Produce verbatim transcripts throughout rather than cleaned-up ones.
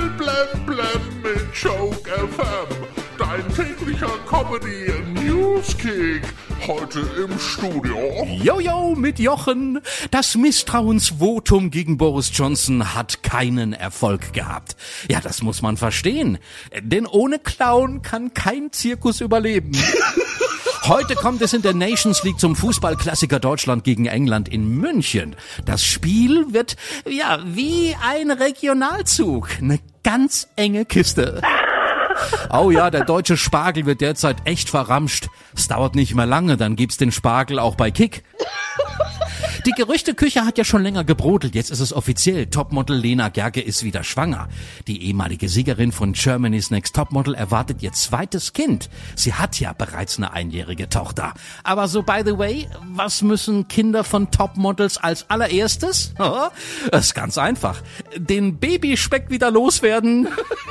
Voll blem blem mit Joke F M. Dein täglicher Comedy Newskick. Heute im Studio. Jojo mit Jochen. Das Misstrauensvotum gegen Boris Johnson hat keinen Erfolg gehabt. Ja, das muss man verstehen. Denn ohne Clown kann kein Zirkus überleben. Heute kommt es in der Nations League zum Fußballklassiker Deutschland gegen England in München. Das Spiel wird, ja, wie ein Regionalzug. Eine ganz enge Kiste. Oh ja, der deutsche Spargel wird derzeit echt verramscht. Es dauert nicht mehr lange, dann gibt's den Spargel auch bei Kick. Die Gerüchteküche hat ja schon länger gebrodelt, jetzt ist es offiziell. Topmodel Lena Gerke ist wieder schwanger. Die ehemalige Siegerin von Germany's Next Topmodel erwartet ihr zweites Kind. Sie hat ja bereits eine einjährige Tochter. Aber so by the way, was müssen Kinder von Topmodels als allererstes? Oh, das ist ganz einfach. Den Babyspeck wieder loswerden.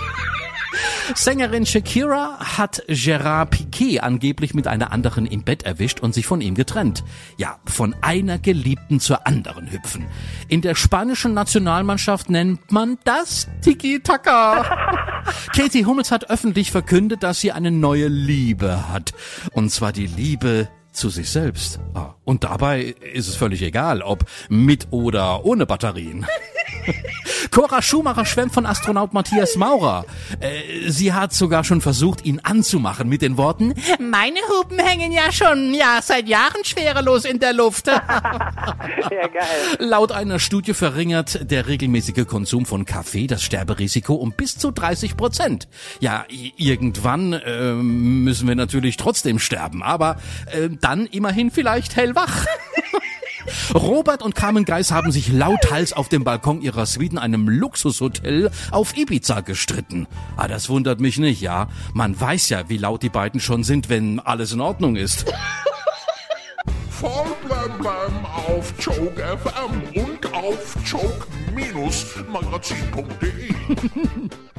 Sängerin Shakira hat Gerard Piqué angeblich mit einer anderen im Bett erwischt und sich von ihm getrennt. Ja, von einer Geliebten zur anderen hüpfen. In der spanischen Nationalmannschaft nennt man das Tiki-Taka. Katie Hummels hat öffentlich verkündet, dass sie eine neue Liebe hat. Und zwar die Liebe zu sich selbst. Und dabei ist es völlig egal, ob mit oder ohne Batterien. Cora Schumacher schwärmt von Astronaut Matthias Maurer. Äh, sie hat sogar schon versucht, ihn anzumachen mit den Worten: Meine Hupen hängen ja schon, ja, seit Jahren schwerelos in der Luft. Ja, geil. Laut einer Studie verringert der regelmäßige Konsum von Kaffee das Sterberisiko um bis zu dreißig Prozent. Ja, irgendwann äh, müssen wir natürlich trotzdem sterben, aber äh, dann immerhin vielleicht hellwach. Robert und Carmen Geis haben sich lauthals auf dem Balkon ihrer Suite in einem Luxushotel auf Ibiza gestritten. Ah, das wundert mich nicht, ja. Man weiß ja, wie laut die beiden schon sind, wenn alles in Ordnung ist. Voll blem blem auf Joke F M und auf joke Bindestrich magazin punkt de.